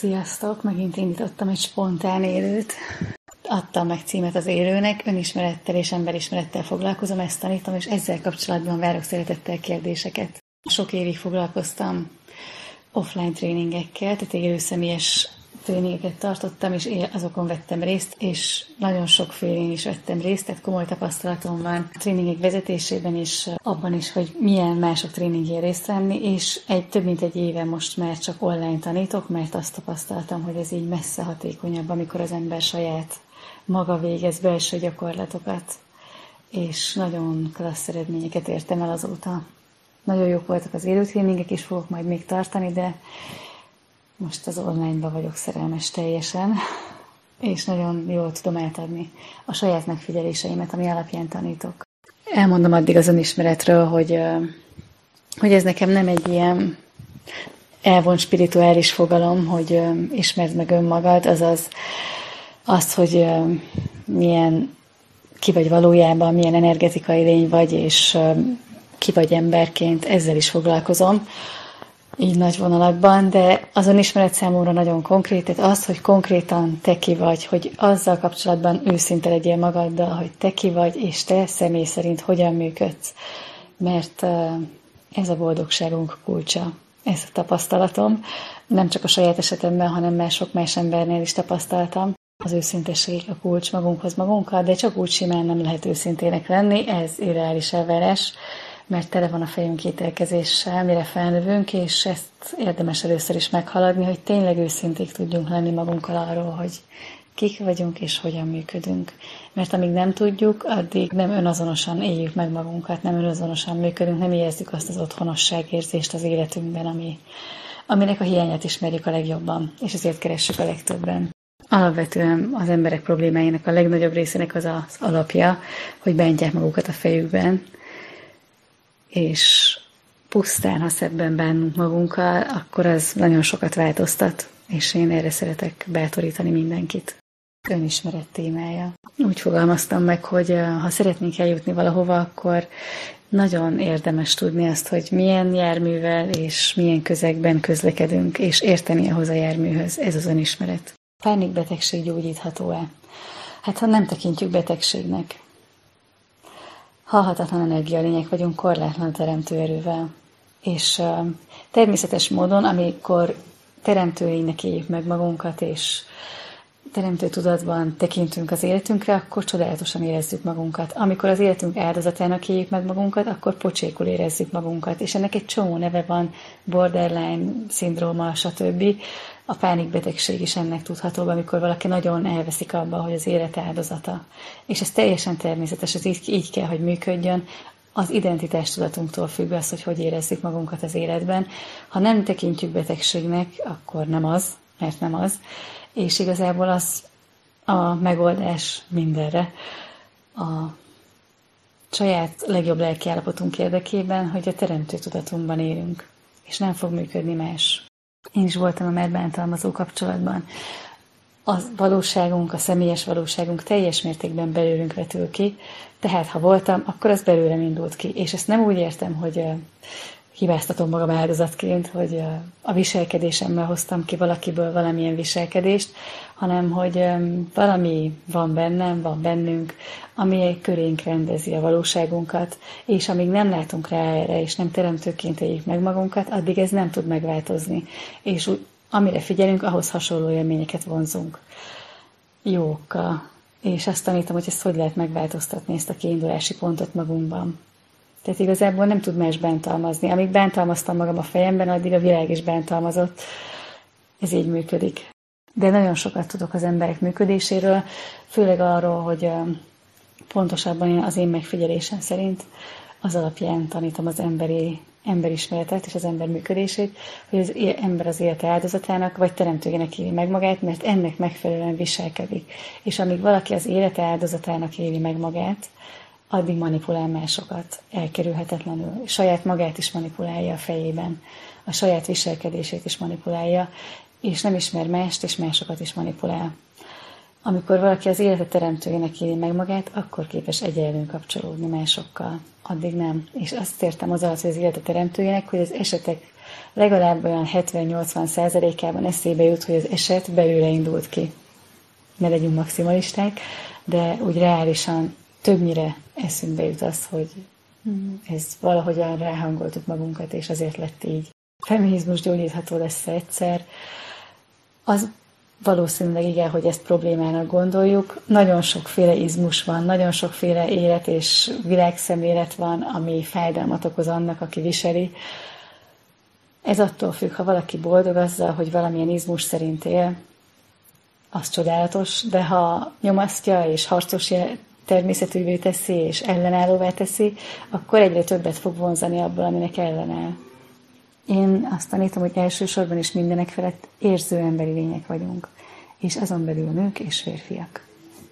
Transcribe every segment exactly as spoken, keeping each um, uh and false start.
Sziasztok! Megint indítottam egy spontán élőt. Adtam meg címet az élőnek, önismerettel és emberismerettel foglalkozom, ezt tanítom, és ezzel kapcsolatban várok szeretettel kérdéseket. Sok évig foglalkoztam offline tréningekkel, tehát élő személyes tréningeket tartottam, és azokon vettem részt, és nagyon sok félén is vettem részt, tehát komoly tapasztalatom van a tréningek vezetésében, és abban is, hogy milyen mások tréningjén részt venni, és egy, több mint egy éve most már csak online tanítok, mert azt tapasztaltam, hogy ez így messze hatékonyabb, amikor az ember saját maga végez belső gyakorlatokat, és nagyon klassz eredményeket értem el azóta. Nagyon jók voltak az élő tréningek, és fogok majd még tartani, de most az online-ba vagyok szerelmes teljesen, és nagyon jól tudom átadni a saját megfigyeléseimet, ami alapján tanítok. Elmondom addig az önismeretről, hogy, hogy ez nekem nem egy ilyen elvont spirituális fogalom, hogy ismerd meg önmagad, azaz az, hogy milyen ki vagy valójában, milyen energetikai lény vagy, és ki vagy emberként, ezzel is foglalkozom, így nagy vonalakban, de az önismeret számomra nagyon konkrét, tehát az, hogy konkrétan te ki vagy, hogy azzal kapcsolatban őszinte legyél magaddal, hogy te ki vagy, és te személy szerint hogyan működsz, mert ez a boldogságunk kulcsa, ez a tapasztalatom, nem csak a saját esetemben, hanem már sok más embernél is tapasztaltam. Az őszintesség a kulcs magunkhoz magunkkal, de csak úgy simán nem lehet őszintének lenni, ez irreális elvárás, mert tele van a fejünk ítélkezéssel, mire felnövünk, és ezt érdemes először is meghaladni, hogy tényleg őszinték tudjunk lenni magunkkal arról, hogy kik vagyunk és hogyan működünk. Mert amíg nem tudjuk, addig nem önazonosan éljük meg magunkat, nem önazonosan működünk, nem érezzük azt az otthonosságérzést az életünkben, ami, aminek a hiányát ismerjük a legjobban, és ezért keressük a legtöbben. Alapvetően az emberek problémáinak a legnagyobb részének az az alapja, hogy bántják magukat a fejükben, és pusztán, ha szebben bánunk magunkkal, akkor az nagyon sokat változtat, és én erre szeretek bátorítani mindenkit. Önismeret témája. Úgy fogalmaztam meg, hogy ha szeretnénk eljutni valahova, akkor nagyon érdemes tudni azt, hogy milyen járművel és milyen közegben közlekedünk, és érteni ahhoz a járműhöz. Ez az önismeret. Pánikbetegség gyógyítható-e? Hát ha nem tekintjük betegségnek. Halhatatlan energialények vagyunk korlátlan teremtőerővel. És uh, természetes módon, amikor teremtőlénynek éljük meg magunkat, és teremtő tudatban tekintünk az életünkre, akkor csodálatosan érezzük magunkat. Amikor az életünk áldozatának éljük meg magunkat, akkor pocsékul érezzük magunkat. És ennek egy csomó neve van, borderline szindróma, stb. A pánikbetegség is ennek tudható, amikor valaki nagyon elveszik abba, hogy az élet áldozata. És ez teljesen természetes, ez így, így kell, hogy működjön. Az identitástudatunktól függ az, hogy hogy érezzük magunkat az életben. Ha nem tekintjük betegségnek, akkor nem az, mert nem az. És igazából az a megoldás mindenre. A saját legjobb lelkiállapotunk érdekében, hogy a teremtő tudatunkban élünk. És nem fog működni más. Én is voltam a már bántalmazó kapcsolatban. A valóságunk, a személyes valóságunk teljes mértékben belőlünk vetül ki, tehát ha voltam, akkor az belőlem indult ki. És ezt nem úgy értem, hogy uh, hibáztatom magam áldozatként, hogy uh, a viselkedésemmel hoztam ki valakiből valamilyen viselkedést, hanem hogy um, valami van bennem, van bennünk, ami körénk rendezi a valóságunkat, és amíg nem látunk rá erre, és nem teremtőként éljük meg magunkat, addig ez nem tud megváltozni. És úgy, amire figyelünk, ahhoz hasonló élményeket vonzunk. Jókkal. És azt tanítom, hogy ezt hogy lehet megváltoztatni, ezt a kiindulási pontot magunkban. Tehát igazából nem tud más bántalmazni. Amíg bántalmaztam magam a fejemben, addig a világ is bántalmazott. Ez így működik. De nagyon sokat tudok az emberek működéséről, főleg arról, hogy pontosabban az én megfigyelésem szerint az alapján tanítom az emberi, emberismeretet és az ember működését, hogy az ember az élete áldozatának, vagy teremtőjének éli meg magát, mert ennek megfelelően viselkedik. És amíg valaki az élete áldozatának éli meg magát, addig manipulál másokat elkerülhetetlenül. Saját magát is manipulálja a fejében, a saját viselkedését is manipulálja, és nem ismer mást, és másokat is manipulál. Amikor valaki az életet teremtőjének éli meg magát, akkor képes egyenlően kapcsolódni másokkal. Addig nem. És azt értem az alatt, hogy az életet teremtőjének, hogy az esetek legalább olyan hetven-nyolcvan százalékában eszébe jut, hogy az eset belőle indult ki. Ne legyünk maximalisták, de úgy reálisan többnyire eszünkbe jut az, hogy ez valahogyan ráhangoltuk magunkat, és azért lett így. A feminizmus gyógyítható lesz egyszer. Az valószínűleg igen, hogy ezt problémának gondoljuk. Nagyon sokféle izmus van, nagyon sokféle élet és világszemlélet van, ami fájdalmat okoz annak, aki viseli. Ez attól függ, ha valaki boldog azzal, hogy valamilyen izmus szerint él, az csodálatos, de ha nyomasztja és harcos természetűvé teszi és ellenállóvá teszi, akkor egyre többet fog vonzani abból, aminek ellenáll. Én azt tanítom, hogy elsősorban is mindenek felett érző emberi lények vagyunk, és azon belül nők és férfiak.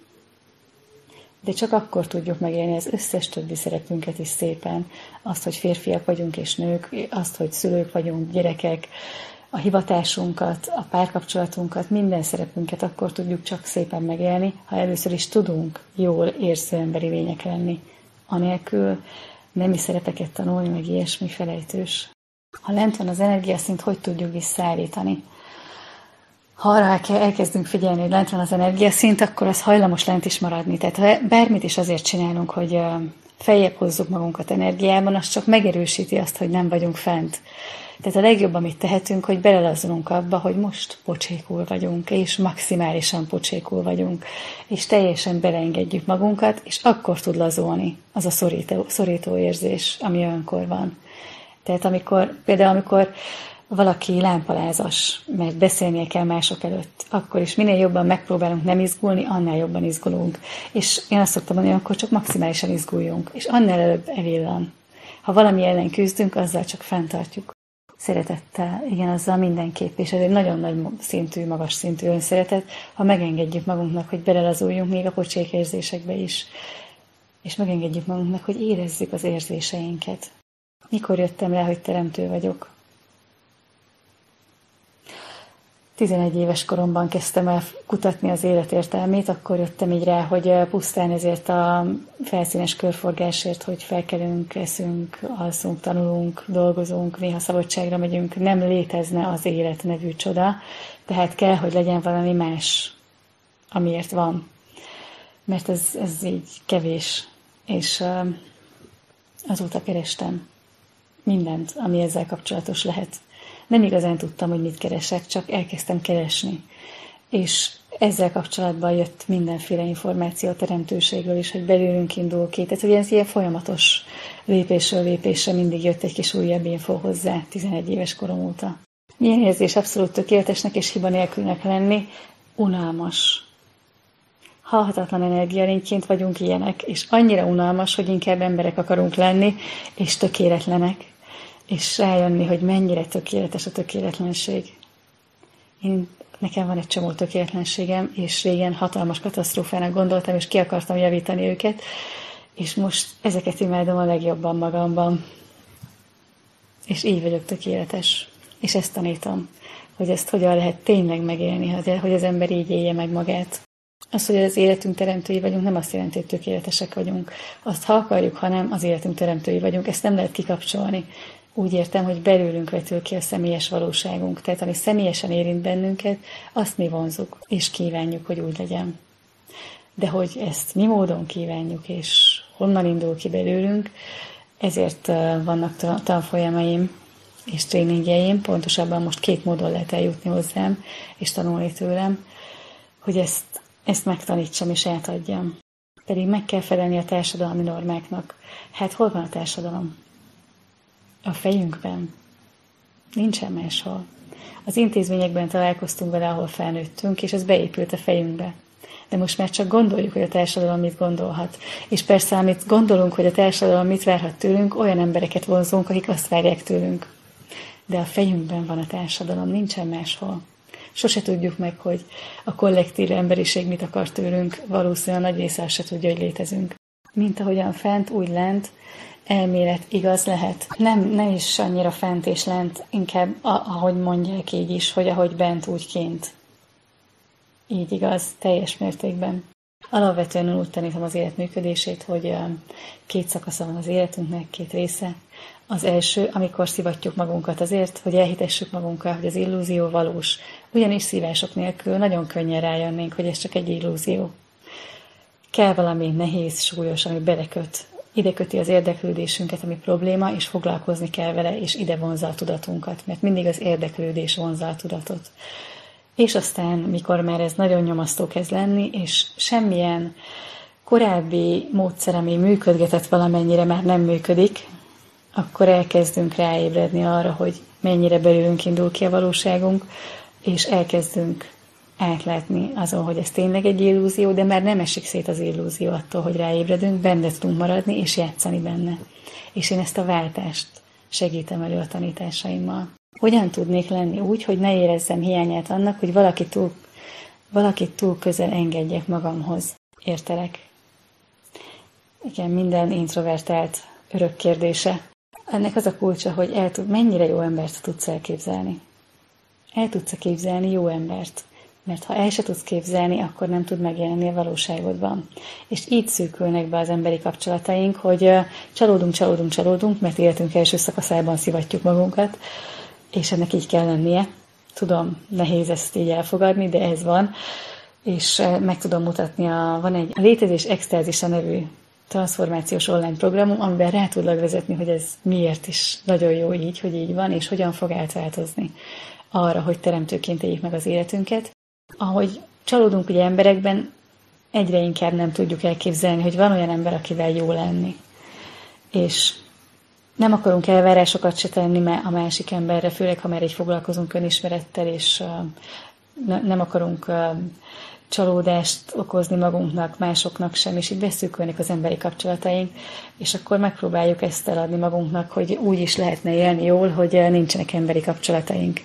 De csak akkor tudjuk megélni az összes többi szerepünket is szépen, azt, hogy férfiak vagyunk és nők, azt, hogy szülők vagyunk, gyerekek, a hivatásunkat, a párkapcsolatunkat, minden szerepünket akkor tudjuk csak szépen megélni, ha először is tudunk jól érző emberi lények lenni. Anélkül nemi szerepeket tanulni, meg ilyesmi felejtős. Ha lent van az energiaszint, hogy tudjuk visszaállítani? Ha arra elkezdünk figyelni, hogy lent van az energiaszint, akkor az hajlamos lent is maradni. Tehát ha bármit is azért csinálunk, hogy feljebb hozzuk magunkat energiában, az csak megerősíti azt, hogy nem vagyunk fent. Tehát a legjobb, amit tehetünk, hogy belelazulunk abba, hogy most pocsékul vagyunk, és maximálisan pocsékul vagyunk, és teljesen beleengedjük magunkat, és akkor tud lazulni az a szorító, szorító érzés, ami olyankor van. Tehát amikor, például amikor valaki lámpalázas, mert beszélnie kell mások előtt, akkor is minél jobban megpróbálunk nem izgulni, annál jobban izgulunk. És én azt szoktam mondani, akkor csak maximálisan izguljunk, és annál előbb evillan. Ha valami ellen küzdünk, azzal csak fenntartjuk. Szeretettel, igen, azzal mindenképp, és ez egy nagyon nagy szintű, magas szintű önszeretet, ha megengedjük magunknak, hogy belelazuljunk még a pocsék érzésekbe is, és megengedjük magunknak, hogy érezzük az érzéseinket. Mikor jöttem rá, hogy teremtő vagyok? tizenegy éves koromban kezdtem el kutatni az élet értelmét, akkor jöttem így rá, hogy pusztán ezért a felszínes körforgásért, hogy felkelünk, eszünk, alszunk, tanulunk, dolgozunk, néha szabadságra megyünk, nem létezne az élet nevű csoda, tehát kell, hogy legyen valami más, amiért van. Mert ez, ez így kevés, és azóta kerestem mindent, ami ezzel kapcsolatos lehet. Nem igazán tudtam, hogy mit keresek, csak elkezdtem keresni. És ezzel kapcsolatban jött mindenféle információ a teremtőségről is, hogy belőlünk indul ki. Tehát, hogy ez ilyen folyamatos lépésről lépésre mindig jött egy kis újabb info hozzá tizenegy éves korom óta. Milyen érzés abszolút tökéletesnek és hiba nélkülnek lenni? Unalmas. Halhatatlan energialényként vagyunk ilyenek, és annyira unalmas, hogy inkább emberek akarunk lenni, és tökéletlenek. És rájönni, hogy mennyire tökéletes a tökéletlenség. Én, nekem van egy csomó tökéletlenségem, és régen hatalmas katasztrófának gondoltam, és ki akartam javítani őket, és most ezeket imádom a legjobban magamban. És így vagyok tökéletes. És ezt tanítom, hogy ezt hogyan lehet tényleg megélni, hogy az ember így élje meg magát. Az, hogy az életünk teremtői vagyunk, nem azt jelenti, hogy tökéletesek vagyunk. Azt, ha akarjuk, ha nem, az életünk teremtői vagyunk. Ezt nem lehet kikapcsolni. Úgy értem, hogy belőlünk vetül ki a személyes valóságunk. Tehát ami személyesen érint bennünket, azt mi vonzuk, és kívánjuk, hogy úgy legyen. De hogy ezt mi módon kívánjuk, és honnan indul ki belőlünk, ezért vannak tanfolyamaim és tréningjeim, pontosabban most két módon lehet eljutni hozzám, és tanulni tőlem, hogy ezt, ezt megtanítsam és átadjam. Pedig meg kell felelni a társadalmi normáknak. Hát hol van a társadalom? A fejünkben. Nincsen máshol. Az intézményekben találkoztunk vele, ahol felnőttünk, és ez beépült a fejünkbe. De most már csak gondoljuk, hogy a társadalom mit gondolhat. És persze, amit gondolunk, hogy a társadalom mit várhat tőlünk, olyan embereket vonzunk, akik azt várják tőlünk. De a fejünkben van a társadalom, nincsen máshol. Sose tudjuk meg, hogy a kollektív emberiség mit akar tőlünk, valószínűleg nagy része se tudja, hogy létezünk. Mint ahogyan fent, úgy lent, elmélet igaz lehet. Nem, nem is annyira fent és lent, inkább ahogy mondják így is, hogy ahogy bent, úgy kint. Így igaz, teljes mértékben. Alapvetően úgy tanítom az élet működését, hogy két szakasza van az életünknek, két része. Az első, amikor szivatjuk magunkat azért, hogy elhitessük magunkat, hogy az illúzió valós. Ugyanis szívások nélkül nagyon könnyen rájönnénk, hogy ez csak egy illúzió. Kell valami nehéz, súlyos, ami beleköt. Ide köti az érdeklődésünket, ami probléma, és foglalkozni kell vele, és ide vonzza a tudatunkat, mert mindig az érdeklődés vonzza a tudatot. És aztán, mikor már ez nagyon nyomasztó kezd lenni, és semmilyen korábbi módszer, ami működgetett valamennyire, már nem működik, akkor elkezdünk ráébredni arra, hogy mennyire belülünk indul ki a valóságunk, és elkezdünk átlátni azon, hogy ez tényleg egy illúzió, de már nem esik szét az illúzió attól, hogy ráébredünk, benne tudunk maradni, és játszani benne. És én ezt a váltást segítem elő a tanításaimmal. Hogyan tudnék lenni úgy, hogy ne érezzem hiányát annak, hogy valaki túl, valakit túl közel engedjek magamhoz. Értelek? Igen, minden introvertált örök kérdése. Ennek az a kulcsa, hogy el tud, mennyire jó embert tudsz elképzelni. El tudsz képzelni jó embert. Mert ha el se tudsz képzelni, akkor nem tud megjelenni a valóságodban. És így szűkülnek be az emberi kapcsolataink, hogy csalódunk, csalódunk, csalódunk, mert életünk első szakaszában szivatjuk magunkat, és ennek így kell lennie. Tudom, nehéz ezt így elfogadni, de ez van. És meg tudom mutatni, a, van egy a Létezés Extázisa nevű transformációs online programom, amiben rá tudlak vezetni, hogy ez miért is nagyon jó így, hogy így van, és hogyan fog átváltozni arra, hogy teremtőként éljük meg az életünket. Ahogy csalódunk ugye emberekben, egyre inkább nem tudjuk elképzelni, hogy van olyan ember, akivel jó lenni. És nem akarunk elvárásokat se tenni a másik emberre, főleg ha már így foglalkozunk önismerettel, és nem akarunk csalódást okozni magunknak, másoknak sem, és így beszűkülnek az emberi kapcsolataink, és akkor megpróbáljuk ezt eladni magunknak, hogy úgy is lehetne élni jól, hogy nincsenek emberi kapcsolataink.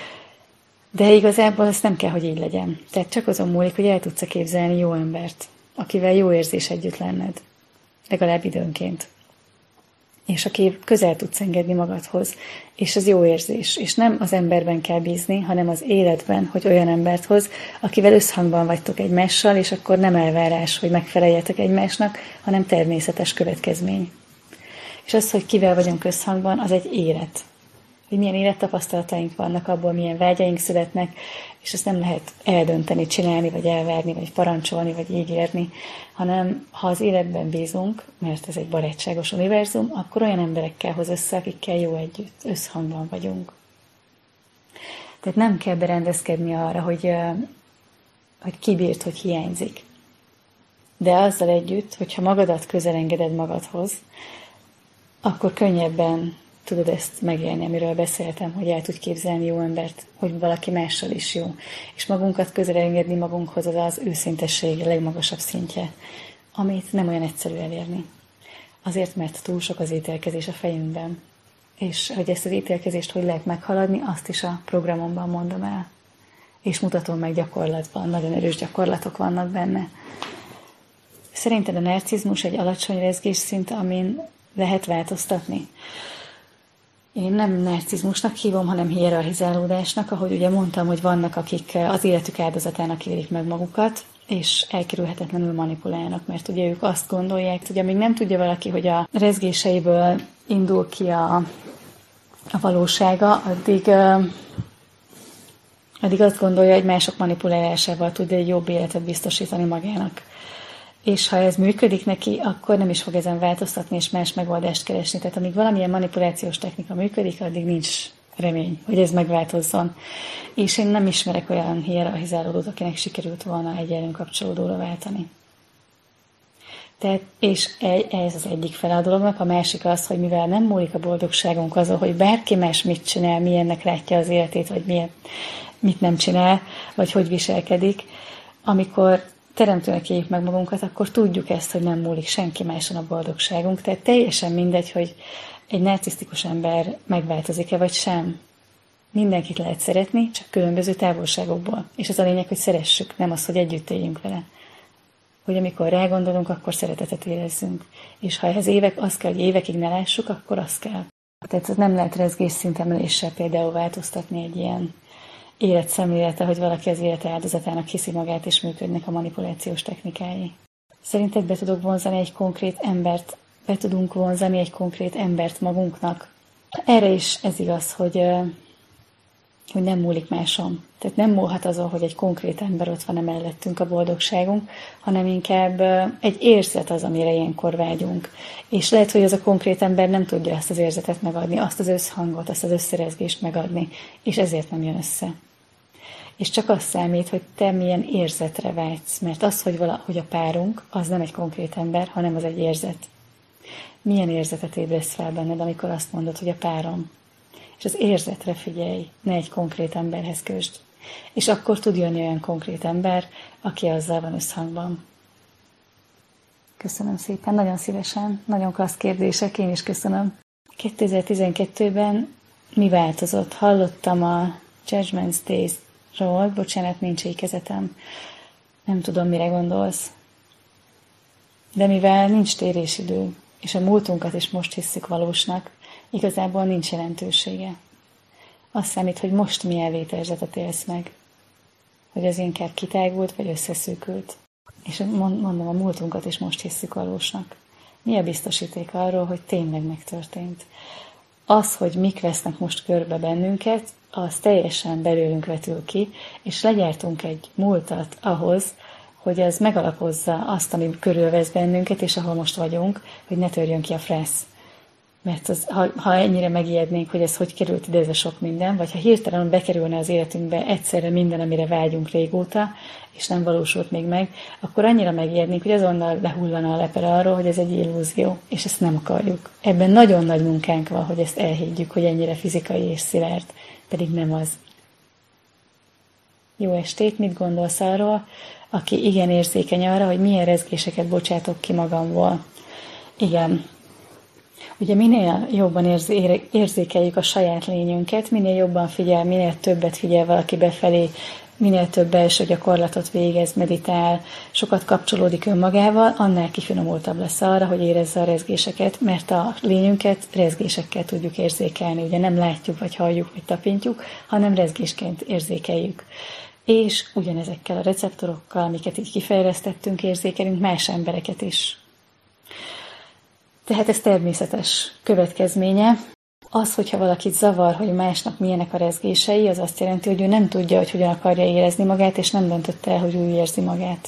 De igazából ez nem kell, hogy így legyen. Tehát csak azon múlik, hogy el tudsz képzelni jó embert, akivel jó érzés együtt lenned. Legalább időnként. És aki közel tudsz engedni magadhoz. És az jó érzés. És nem az emberben kell bízni, hanem az életben, hogy olyan embert hoz, akivel összhangban vagytok egymással, és akkor nem elvárás, hogy megfeleljetek egymásnak, hanem természetes következmény. És az, hogy kivel vagyunk összhangban, az egy élet. Hogy milyen élettapasztalataink vannak, abból milyen vágyaink születnek, és ezt nem lehet eldönteni, csinálni, vagy elvárni, vagy parancsolni, vagy ígérni, hanem ha az életben bízunk, mert ez egy barátságos univerzum, akkor olyan emberekkel hoz össze, akikkel jó együtt, összhangban vagyunk. Tehát nem kell berendezkedni arra, hogy, hogy ki bírt, hogy hiányzik. De azzal együtt, hogyha magadat közel engeded magadhoz, akkor könnyebben tudod ezt megélni, amiről beszéltem, hogy el tudj képzelni jó embert, hogy valaki mással is jó. És magunkat közel engedni magunkhoz, az az őszintesség a legmagasabb szintje, amit nem olyan egyszerű elérni. Azért, mert túl sok az ítélkezés a fejünkben. És hogy ezt az ítélkezést hogy lehet meghaladni, azt is a programomban mondom el. És mutatom meg gyakorlatban, nagyon erős gyakorlatok vannak benne. Szerinted a narcizmus egy alacsony rezgésszint, amin lehet változtatni? Én nem narcizmusnak hívom, hanem hierarchizálódásnak, ahogy ugye mondtam, hogy vannak, akik az életük áldozatának élik meg magukat, és elkerülhetetlenül manipulálnak, mert ugye ők azt gondolják, hogy amíg nem tudja valaki, hogy a rezgéseiből indul ki a, a valósága, addig, uh, addig azt gondolja, hogy mások manipulálásával tud egy jobb életet biztosítani magának. És ha ez működik neki, akkor nem is fog ezen változtatni, és más megoldást keresni. Tehát amíg valamilyen manipulációs technika működik, addig nincs remény, hogy ez megváltozzon. És én nem ismerek olyan hierarchizálódót, akinek sikerült volna egyenlőn kapcsolódóra váltani. Tehát, és ez az egyik fele a dolognak, a másik az, hogy mivel nem múlik a boldogságunk azon, hogy bárki más mit csinál, milyennek látja az életét, vagy milyen, mit nem csinál, vagy hogy viselkedik, amikor teremtőnek éljük meg magunkat, akkor tudjuk ezt, hogy nem múlik senki máson a boldogságunk. Tehát teljesen mindegy, hogy egy narcisztikus ember megváltozik-e, vagy sem. Mindenkit lehet szeretni, csak különböző távolságokból. És az a lényeg, hogy szeressük, nem az, hogy együtt éljünk vele. Hogy amikor rágondolunk, akkor szeretetet érezzünk. És ha ez évek, az kell, hogy évekig ne lássuk, akkor az kell. Tehát nem lehet rezgésszint emeléssel például változtatni egy ilyen, életszemlélete, hogy valaki az élete áldozatának hiszi magát, és működnek a manipulációs technikái. Szerinted be tudok vonzani egy konkrét embert, be tudunk vonzani egy konkrét embert magunknak? Erre is ez igaz, hogy, hogy nem múlik máson. Tehát nem múlhat azon, hogy egy konkrét ember ott van mellettünk a boldogságunk, hanem inkább egy érzet az, amire ilyenkor vágyunk. És lehet, hogy az a konkrét ember nem tudja ezt az érzetet megadni, azt az összhangot, azt az összerezgést megadni, és ezért nem jön össze. És csak az számít, hogy te milyen érzetre vágysz, mert az, hogy, vala, hogy a párunk, az nem egy konkrét ember, hanem az egy érzet. Milyen érzetet ébresz fel benned, amikor azt mondod, hogy a párom? És az érzetre figyelj, ne egy konkrét emberhez kösd. És akkor tud jönni olyan konkrét ember, aki azzal van összhangban. Köszönöm szépen, nagyon szívesen, nagyon klassz kérdések, én is köszönöm. kétezer-tizenkettőben mi változott? Hallottam a Judgment Days-ról, bocsánat, nincs ékezetem. Nem tudom, mire gondolsz. De mivel nincs térésidő, és a múltunkat is most hisszük valósnak, igazából nincs jelentősége. Azt számít, hogy most milyen létérzetet élsz meg. Hogy az inkább kitágult, vagy összeszűkült. És mondom, a múltunkat is most hisszük valósnak. Mi a biztosíték arról, hogy tényleg megtörtént? Az, hogy mik vesznek most körbe bennünket, az teljesen belőlünk vetül ki, és legyártunk egy múltat ahhoz, hogy ez megalapozza azt, ami körülvesz bennünket, és ahol most vagyunk, hogy ne törjön ki a frász. Mert az, ha, ha ennyire megijednénk, hogy ez hogy került ide, ez a sok minden, vagy ha hirtelen bekerülne az életünkbe egyszerre minden, amire vágyunk régóta, és nem valósult még meg, akkor annyira megijednénk, hogy azonnal lehullana a lepere arról, hogy ez egy illúzió, és ezt nem akarjuk. Ebben nagyon nagy munkánk van, hogy ezt elhiggyük, hogy ennyire fizikai és szilárd, pedig nem az. Jó estét, mit gondolsz arról, aki igen érzékeny arra, hogy milyen rezgéseket bocsátok ki magamból? Igen. Ugye minél jobban érzékeljük a saját lényünket, minél jobban figyel, minél többet figyel valaki befelé, minél több belső gyakorlatot végez, meditál, sokat kapcsolódik önmagával, annál kifinomultabb lesz arra, hogy érezze a rezgéseket, mert a lényünket rezgésekkel tudjuk érzékelni. Ugye nem látjuk, vagy halljuk, vagy tapintjuk, hanem rezgésként érzékeljük. És ugyanezekkel a receptorokkal, amiket így kifejlesztettünk, érzékelünk más embereket is. Tehát ez természetes következménye. Az, hogyha valakit zavar, hogy másnak milyenek a rezgései, az azt jelenti, hogy ő nem tudja, hogy hogyan akarja érezni magát, és nem döntötte el, hogy ő érzi magát.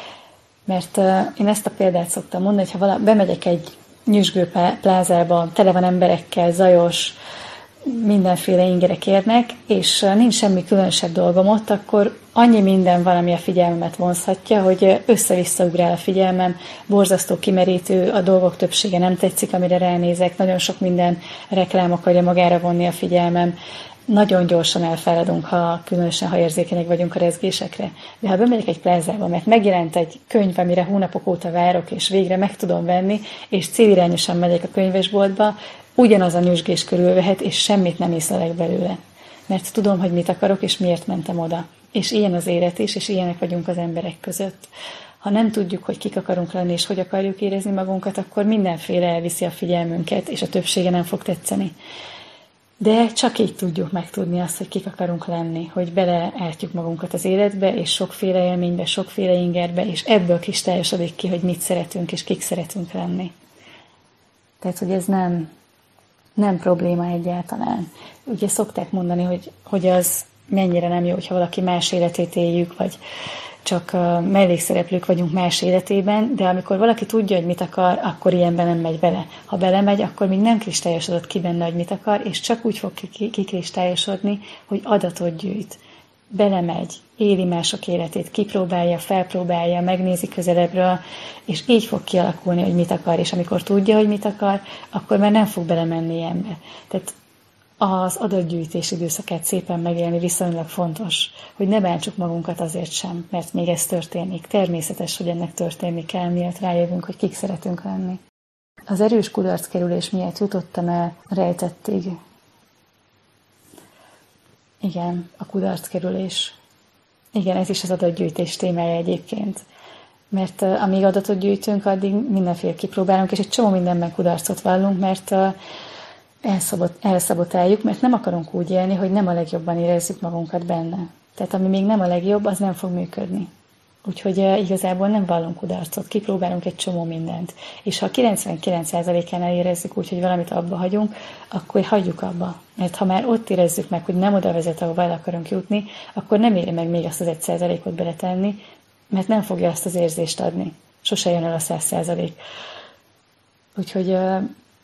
Mert uh, én ezt a példát szoktam mondani, hogy ha vala, bemegyek egy nyüzsgő plázába, tele van emberekkel, zajos, mindenféle ingerek érnek, és nincs semmi különösebb dolgom ott, akkor annyi minden valami a figyelmemet vonzhatja, hogy össze-vissza ugrál a figyelmem, borzasztó kimerítő, a dolgok többsége nem tetszik, amire ránézek, nagyon sok minden reklám akarja magára vonni a figyelmem, nagyon gyorsan elfáradunk, ha, különösen ha érzékenyek vagyunk a rezgésekre. De ha bemegyek egy plázába, mert megjelent egy könyv, amire hónapok óta várok, és végre meg tudom venni, és célirányosan megyek a könyvesboltba, ugyanaz a nyüzsgés körülvehet, és semmit nem észlelek belőle. Mert tudom, hogy mit akarok, és miért mentem oda. És ilyen az élet is, és ilyenek vagyunk az emberek között. Ha nem tudjuk, hogy kik akarunk lenni, és hogy akarjuk érezni magunkat, akkor mindenféle elviszi a figyelmünket, és a többsége nem fog tetszeni. De csak így tudjuk megtudni azt, hogy kik akarunk lenni, hogy beleártjuk magunkat az életbe, és sokféle élménybe, sokféle ingerbe, és ebből kristályosodik ki, hogy mit szeretünk, és kik szeretünk lenni. Tehát, hogy ez nem... Nem probléma egyáltalán. Ugye szokták mondani, hogy, hogy az mennyire nem jó, hogyha valaki más életét éljük, vagy csak mellékszereplők vagyunk más életében, de amikor valaki tudja, hogy mit akar, akkor ilyenben nem megy bele. Ha belemegy, akkor még nem kristályosodott ki benne, hogy mit akar, és csak úgy fog kikristályosodni, hogy adatot gyűjt. Belemegy, éli mások életét, kipróbálja, felpróbálja, megnézi közelebbről, és így fog kialakulni, hogy mit akar, és amikor tudja, hogy mit akar, akkor már nem fog belemenni ilyenbe. Tehát az adatgyűjtés időszakát szépen megélni viszonylag fontos, hogy ne bántsuk magunkat azért sem, mert még ez történik. Természetes, hogy ennek történni kell, miatt rájövünk, hogy kik szeretünk lenni. Az erős kudarckerülés miatt jutottam el rejtettig. Igen, a kudarckerülés. Igen, ez is az adatgyűjtés témája egyébként. Mert uh, amíg adatot gyűjtünk, addig mindenféle kipróbálunk, és egy csomó mindenben kudarcot vallunk, mert uh, elszabot, elszabotáljuk, mert nem akarunk úgy élni, hogy nem a legjobban érezzük magunkat benne. Tehát ami még nem a legjobb, az nem fog működni. Úgyhogy uh, igazából nem vallunk kudarcot, kipróbálunk egy csomó mindent. És ha kilencvenkilenc százalékánál érezzük úgy, hogy valamit abba hagyunk, akkor hagyjuk abba. Mert ha már ott érezzük meg, hogy nem oda vezet, ahova el akarunk jutni, akkor nem éri meg még azt az egy százalékot beletenni, mert nem fogja azt az érzést adni. Sose jön el a száz százalék. Úgyhogy uh,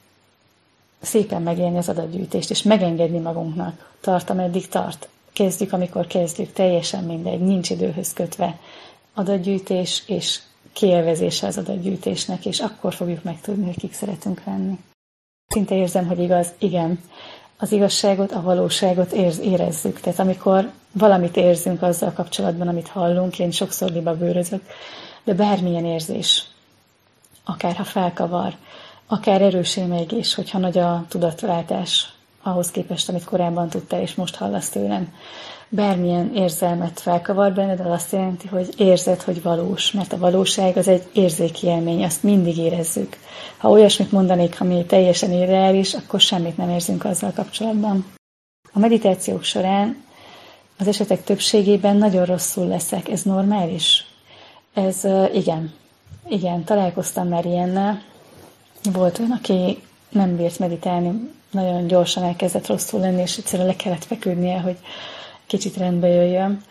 szépen megélni az adatgyűjtést, és megengedni magunknak. Tart, ameddig tart. Kezdjük, amikor kezdjük. Teljesen mindegy. Nincs időhöz kötve. Adatgyűjtés és kielvezése az adatgyűjtésnek, és akkor fogjuk megtudni, hogy kik szeretünk lenni. Szinte érzem, hogy igaz, igen, az igazságot, a valóságot érz, érezzük. Tehát amikor valamit érzünk azzal kapcsolatban, amit hallunk, én sokszor libabőrözök, de bármilyen érzés, akár ha felkavar, akár erős élmegés, hogyha nagy a tudatváltás ahhoz képest, amit korábban tudtál, és most hallasz tőlem. Bármilyen érzelmet felkavar benned, az azt jelenti, hogy érzed, hogy valós, mert a valóság az egy érzéki élmény, azt mindig érezzük. Ha olyasmit mondanék, ami teljesen irreális, akkor semmit nem érzünk azzal kapcsolatban. A meditációk során az esetek többségében nagyon rosszul leszek. Ez normális? Ez igen. Igen, találkoztam már ilyennel. Volt olyan, aki nem bírt meditálni, nagyon gyorsan elkezdett rosszul lenni, és egyszerűen le kellett feküdnie, hogy kicsit rendbe jöjjön.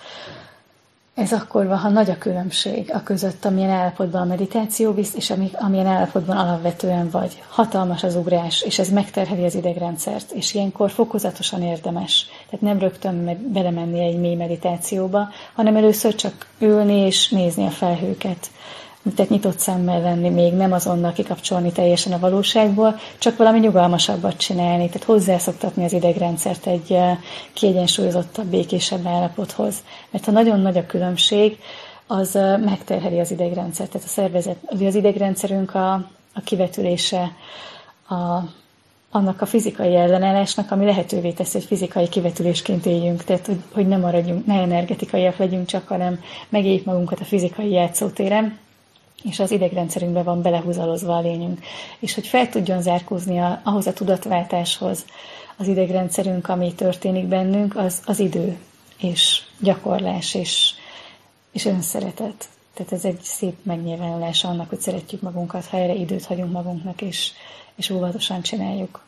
Ez akkor van, ha nagy a különbség a között, amilyen állapotban a meditáció visz, és amilyen állapotban alapvetően vagy. Hatalmas az ugrás, és ez megterheli az idegrendszert, és ilyenkor fokozatosan érdemes. Tehát nem rögtön belemenni egy mély meditációba, hanem először csak ülni és nézni a felhőket. Tehát nyitott szemmel lenni, még nem azonnal kikapcsolni teljesen a valóságból, csak valami nyugalmasabbat csinálni, tehát hozzászoktatni az idegrendszert egy kiegyensúlyozottabb, békésebb állapothoz. Mert ha nagyon nagy a különbség, az megterheli az idegrendszert, tehát a szervezet, az idegrendszerünk a, a kivetülése, a, annak a fizikai ellenállásnak, ami lehetővé teszi, hogy fizikai kivetülésként éljünk, tehát hogy, hogy nem maradjunk, ne energetikaiak legyünk csak, hanem megéljük magunkat a fizikai játszótéren, és az idegrendszerünkben van belehúzalozva a lényünk. És hogy fel tudjon zárkózni a, ahhoz a tudatváltáshoz az idegrendszerünk, ami történik bennünk, az, az idő, és gyakorlás, és, és önszeretet. Tehát ez egy szép megnyilvánulása annak, hogy szeretjük magunkat, ha erre időt hagyunk magunknak, és, és óvatosan csináljuk.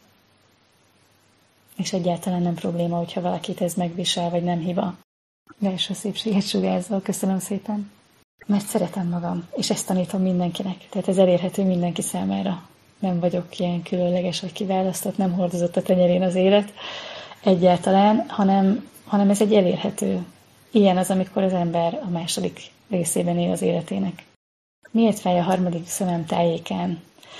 És egyáltalán nem probléma, hogyha valakit ez megvisel, vagy nem hiba. Belső szépséget sugárzol. Köszönöm szépen. Mert szeretem magam, és ezt tanítom mindenkinek. Tehát ez elérhető mindenki számára. Nem vagyok ilyen különleges, vagy kiválasztott, nem hordozott a tenyerén az élet egyáltalán, hanem, hanem ez egy elérhető. Ilyen az, amikor az ember a második részében él az életének. Miért fáj a harmadik szemem tájékán?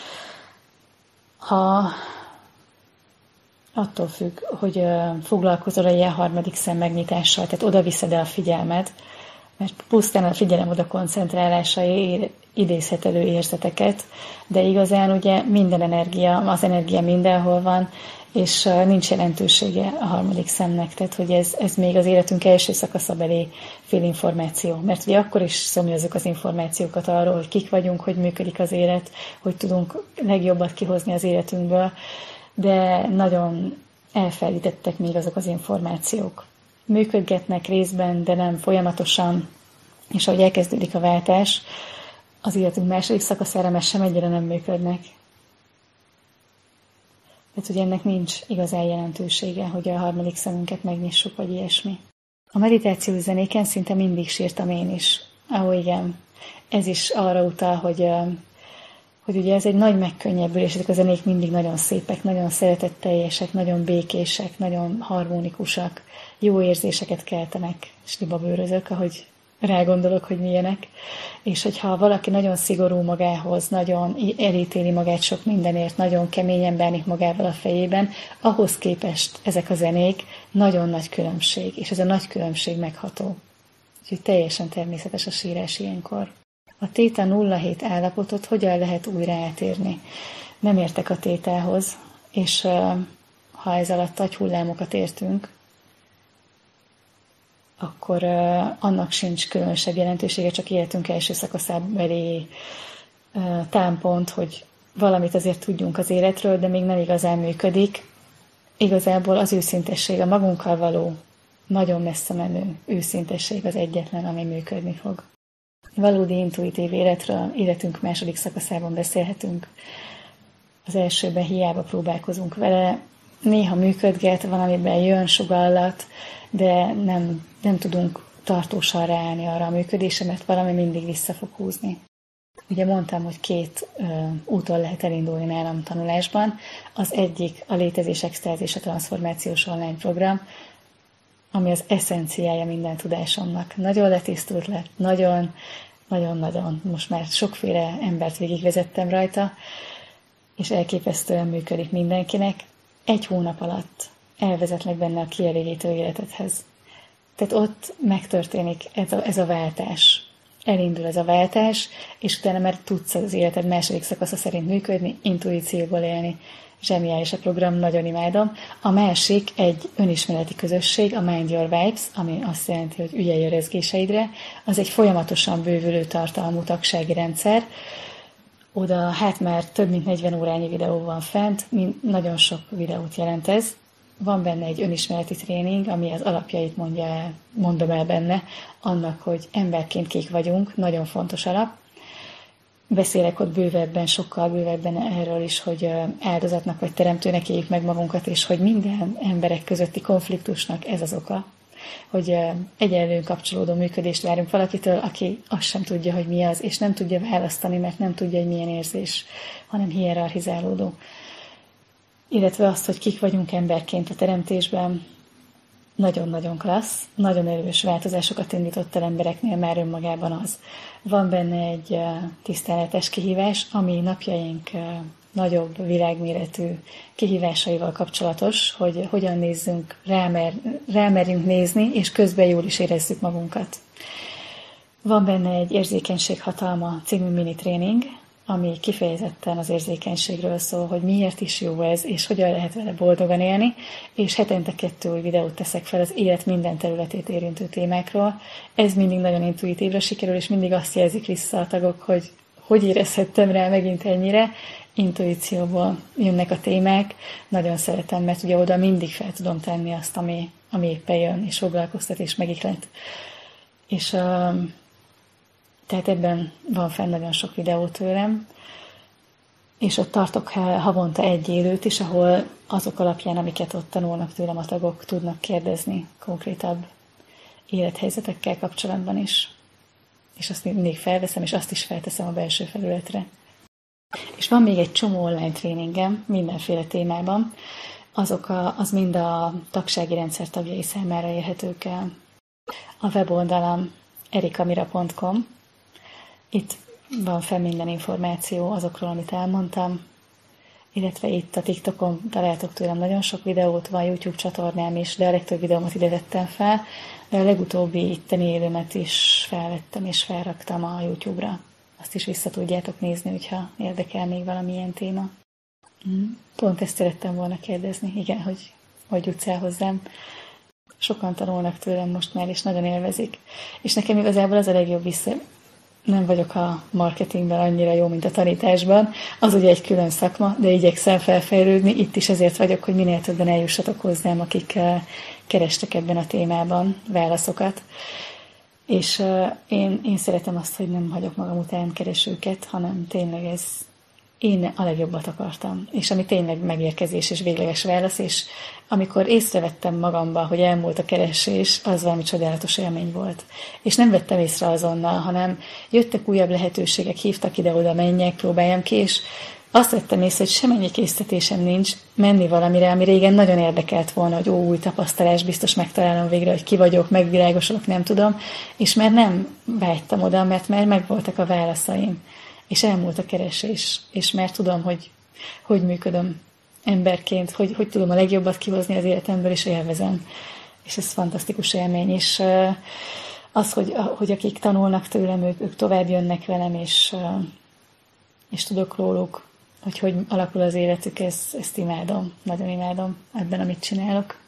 Ha attól függ, hogy foglalkozol a ilyen harmadik szem megnyitással, tehát oda viszed el a figyelmed, mert pusztán a figyelem oda koncentrálása idézhet elő érzeteket, de igazán ugye minden energia, az energia mindenhol van, és nincs jelentősége a harmadik szemnek, tehát hogy ez, ez még az életünk első szakaszabeli félinformáció, mert ugye akkor is szomjazzuk az információkat arról, hogy kik vagyunk, hogy működik az élet, hogy tudunk legjobbat kihozni az életünkből, de nagyon elfelejtettek még azok az információk. Működgetnek részben, de nem folyamatosan, és ahogy elkezdődik a váltás, az életünk második szakaszára már sem egyre nem működnek. Tehát, hogy ennek nincs igazán jelentősége, hogy a harmadik szemünket megnyissuk, vagy ilyesmi. A meditációs zenéken szinte mindig sírtam én is. Ahó, igen. Ez is arra utal, hogy, hogy ugye ez egy nagy megkönnyebbülés, ezek a zenék mindig nagyon szépek, nagyon szeretetteljesek, nagyon békések, nagyon harmonikusak, jó érzéseket keltenek, és libabőrözök, ahogy rágondolok, hogy milyenek. És hogyha valaki nagyon szigorú magához, nagyon elítéli magát sok mindenért, nagyon keményen bánik magával a fejében, ahhoz képest ezek a zenék nagyon nagy különbség, és ez a nagy különbség megható. Úgyhogy teljesen természetes a sírás ilyenkor. A téta nulla hét állapotot hogyan lehet újra átérni? Nem értek a tétához, és ha ez alatt agyhullámokat értünk, akkor uh, annak sincs különösebb jelentősége, csak életünk első szakaszában uh, támpont, hogy valamit azért tudjunk az életről, de még nem igazán működik. Igazából az őszintesség, a magunkkal való, nagyon messze menő őszintesség az egyetlen, ami működni fog. Valódi intuitív életről életünk második szakaszában beszélhetünk. Az elsőben hiába próbálkozunk vele, néha működget, valamiben jön sugallat, de nem, nem tudunk tartósan ráállni arra a működésre, mert valami mindig vissza fog húzni. Ugye mondtam, hogy két ö, úton lehet elindulni nálam tanulásban. Az egyik a Létezés, Extázis, a Transformációs Online Program, ami az eszenciája minden tudásomnak. Nagyon letisztult lett, nagyon, nagyon-nagyon. Most már sokféle embert végigvezettem rajta, és elképesztően működik mindenkinek. Egy hónap alatt elvezetlek benne a kielégítő életedhez. Tehát ott megtörténik ez a, ez a váltás. Elindul ez a váltás, és utána már tudsz az életed második szakasza szerint működni, intuícióból élni. Zseniális a program, nagyon imádom. A másik egy önismereti közösség, a Mind Your Vibes, ami azt jelenti, hogy ügyelj a rezgéseidre. Az egy folyamatosan bővülő tartalmú tagsági rendszer. Oda hát már több mint negyven órányi videó van fent, nagyon sok videót jelent ez. Van benne egy önismereti tréning, ami az alapjait mondja el, mondom el benne, annak, hogy emberként kik vagyunk, nagyon fontos alap. Beszélek ott bővebben, sokkal bővebben erről is, hogy áldozatnak vagy teremtőnek éljük meg magunkat, és hogy minden emberek közötti konfliktusnak ez az oka. Hogy egyenlően kapcsolódó működést várunk valakitől, aki azt sem tudja, hogy mi az, és nem tudja választani, mert nem tudja, hogy milyen érzés, hanem hierarchizálódó. Illetve azt, hogy kik vagyunk emberként a teremtésben, nagyon-nagyon klassz, nagyon erős változásokat indított el embereknél már önmagában az. Van benne egy tiszteletes kihívás, ami napjaink nagyobb világméretű kihívásaival kapcsolatos, hogy hogyan nézzünk, rámer, rámerjünk nézni, és közben jól is érezzük magunkat. Van benne egy érzékenység hatalma című mini tréning, ami kifejezetten az érzékenységről szól, hogy miért is jó ez, és hogyan lehet vele boldogan élni, és hetente kettő új videót teszek fel az élet minden területét érintő témákról. Ez mindig nagyon intuitívra sikerül, és mindig azt jelzik vissza a tagok, hogy hogy érezhettem rá megint ennyire. Intuícióból jönnek a témák, nagyon szeretem, mert ugye oda mindig fel tudom tenni azt, ami, ami éppen jön, és foglalkoztat, és megiklet. És uh, tehát ebben van fenn nagyon sok videó tőlem, és ott tartok havonta egy élőt is, ahol azok alapján, amiket ott tanulnak tőlem a tagok, tudnak kérdezni konkrétabb élethelyzetekkel kapcsolatban is. És azt mindig felveszem, és azt is felteszem a belső felületre. És van még egy csomó online tréningem mindenféle témában, azok a, az mind a tagsági rendszer tagjai számára érhetők el. A weboldalam erikamira pont com. Itt van fel minden információ azokról, amit elmondtam, illetve itt a TikTokon találtok tőlem nagyon sok videót, van YouTube csatornám is, de a legtöbb videómat ide tettem fel, de a legutóbbi itteni élőmet is felvettem és felraktam a YouTube-ra. Azt is vissza tudjátok nézni, hogyha érdekel még valamilyen téma. Pont ezt szerettem volna kérdezni, igen, hogy hogy jutsz el hozzám. Sokan tanulnak tőlem most már, és nagyon élvezik. És nekem igazából az a legjobb vissza... Nem vagyok a marketingben annyira jó, mint a tanításban. Az ugye egy külön szakma, de igyekszem felfejlődni. Itt is ezért vagyok, hogy minél többen eljussatok hozzám, akik kerestek ebben a témában válaszokat. És én, én szeretem azt, hogy nem hagyok magam után keresőket, hanem tényleg ez én a legjobbat akartam. És ami tényleg megérkezés és végleges válasz, és amikor észrevettem magamba, hogy elmúlt a keresés, az valami csodálatos élmény volt. És nem vettem észre azonnal, hanem jöttek újabb lehetőségek, hívtak ide-oda, menjek, próbáljam ki, és azt vettem észre, hogy semennyi késztetésem nincs menni valamire, ami régen nagyon érdekelt volna, hogy ó, új tapasztalás, biztos megtalálom végre, hogy ki vagyok, megvilágosulok, nem tudom, és már nem vágytam oda, mert már megvoltak a válaszaim. És elmúlt a keresés, és már tudom, hogy hogy működöm emberként, hogy, hogy tudom a legjobbat kihozni az életemből, és élvezem. És ez fantasztikus élmény, és az, hogy, hogy akik tanulnak tőlem, ők, ők tovább jönnek velem, és, és tudok róluk, hogy hogy alakul az életük, ezt, ezt imádom, nagyon imádom ebben, amit csinálok.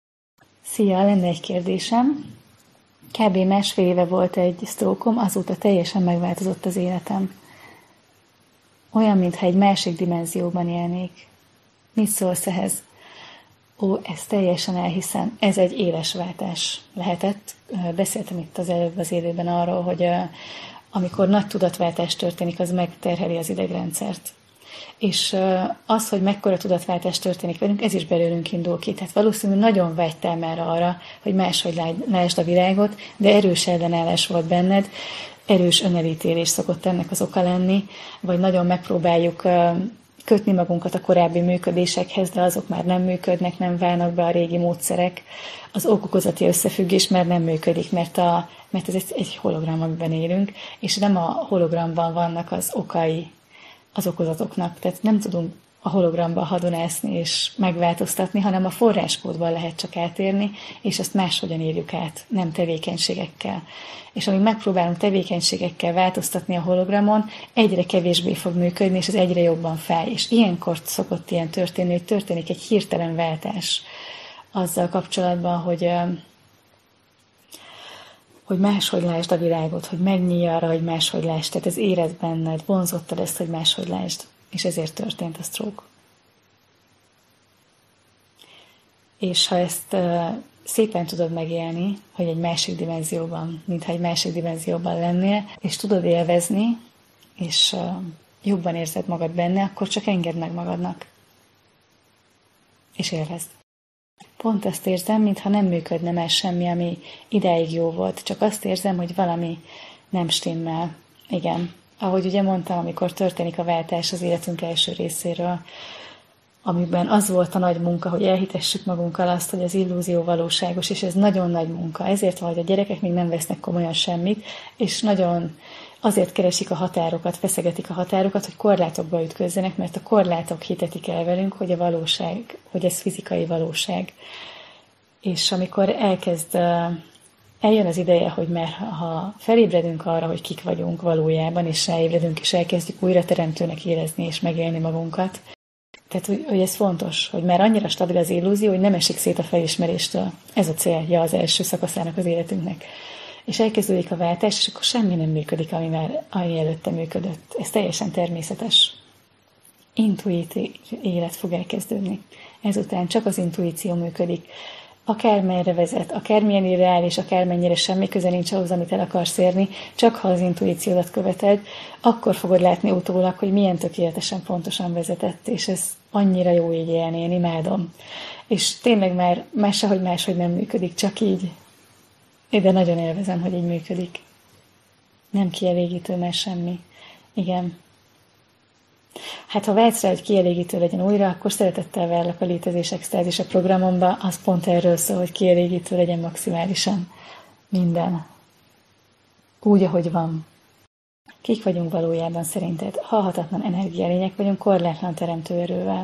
Szia, lenne egy kérdésem. Kb. Másfél éve volt egy sztrókom, azóta teljesen megváltozott az életem. Olyan, mintha egy másik dimenzióban élnék. Mit szólsz ehhez? Ó, ezt teljesen elhiszem. Ez egy éles váltás lehetett. Beszéltem itt az előbb az élőben arról, hogy amikor nagy tudatváltás történik, az megterheli az idegrendszert. És az, hogy mekkora tudatváltás történik velünk, ez is belőlünk indul ki. Tehát valószínűleg nagyon vágytál már arra, hogy máshogy lásd a világot, de erős ellenállás volt benned, erős önelítélés szokott ennek az oka lenni, vagy nagyon megpróbáljuk kötni magunkat a korábbi működésekhez, de azok már nem működnek, nem válnak be a régi módszerek. Az okokozati összefüggés már nem működik, mert, a, mert ez egy, egy hologram, amiben élünk, és nem a hologramban vannak az okai az okozatoknak. Tehát nem tudunk a hologramban hadonászni és megváltoztatni, hanem a forráskódban lehet csak átérni, és ezt máshogyan írjuk át, nem tevékenységekkel. És amíg megpróbálunk tevékenységekkel változtatni a hologramon, egyre kevésbé fog működni, és ez egyre jobban fáj. És ilyenkor szokott ilyen történni, hogy történik egy hirtelen váltás azzal kapcsolatban, hogy, hogy máshogy lásd a világot, hogy megnyílj arra, hogy máshogy lásd. Tehát ez érez benned, vonzottad ezt, hogy máshogy lásd. És ezért történt a stroke. És ha ezt uh, szépen tudod megélni, hogy egy másik dimenzióban, mintha egy másik dimenzióban lennél, és tudod élvezni, és uh, jobban érzed magad benne, akkor csak engedd meg magadnak. És élvezd. Pont ezt érzem, mintha nem működne már semmi, ami idáig jó volt. Csak azt érzem, hogy valami nem stimmel. Igen. Ahogy ugye mondtam, amikor történik a váltás az életünk első részéről, amiben az volt a nagy munka, hogy elhitessük magunkkal azt, hogy az illúzió valóságos, és ez nagyon nagy munka. Ezért van, hogy a gyerekek még nem vesznek komolyan semmit, és nagyon azért keresik a határokat, feszegetik a határokat, hogy korlátokba ütközzenek, mert a korlátok hitetik el velünk, hogy a valóság, hogy ez fizikai valóság. És amikor elkezd... Eljön az ideje, hogy már ha felébredünk arra, hogy kik vagyunk valójában, és ráébredünk, és elkezdjük újra teremtőnek érezni és megélni magunkat. Tehát, hogy, hogy ez fontos, hogy már annyira stabil az illúzió, hogy nem esik szét a felismeréstől. Ez a célja az első szakaszának az életünknek. És elkezdődik a váltás, és akkor semmi nem működik, ami már ami előtte működött. Ez teljesen természetes. Intuitív élet fog elkezdődni. Ezután csak az intuíció működik. Akármerre vezet, akármilyen irreális, akármennyire semmi köze nincs ahhoz, amit el akarsz érni, csak ha az intuíciódat követed, akkor fogod látni utólag, hogy milyen tökéletesen pontosan vezetett, és ez annyira jó így élni, én imádom. És tényleg már, már sehogy máshogy nem működik, csak így. De nagyon élvezem, hogy így működik. Nem kielégítő már semmi. Igen. Hát ha vágysz rá, hogy kielégítő legyen újra, akkor szeretettel várlak a létezés extázis a programomba, az pont erről szól, hogy kielégítő legyen maximálisan. Minden. Úgy, ahogy van. Kik vagyunk valójában szerinted? Halhatatlan energialények vagyunk korlátlan teremtőerővel.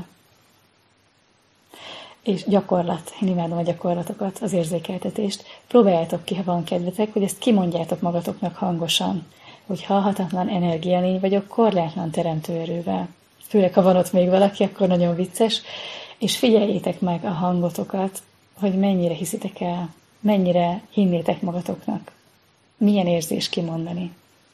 És gyakorlat. Én imádom a gyakorlatokat, az érzékeltetést. Próbáljátok ki, ha van kedvetek, hogy ezt kimondjátok magatoknak hangosan, hogy halhatatlan energialény vagyok korlátlan teremtőerővel. Főleg, ha van ott még valaki, akkor nagyon vicces, és figyeljétek meg a hangotokat, hogy mennyire hiszitek el, mennyire hinnétek magatoknak, milyen érzés kimondani.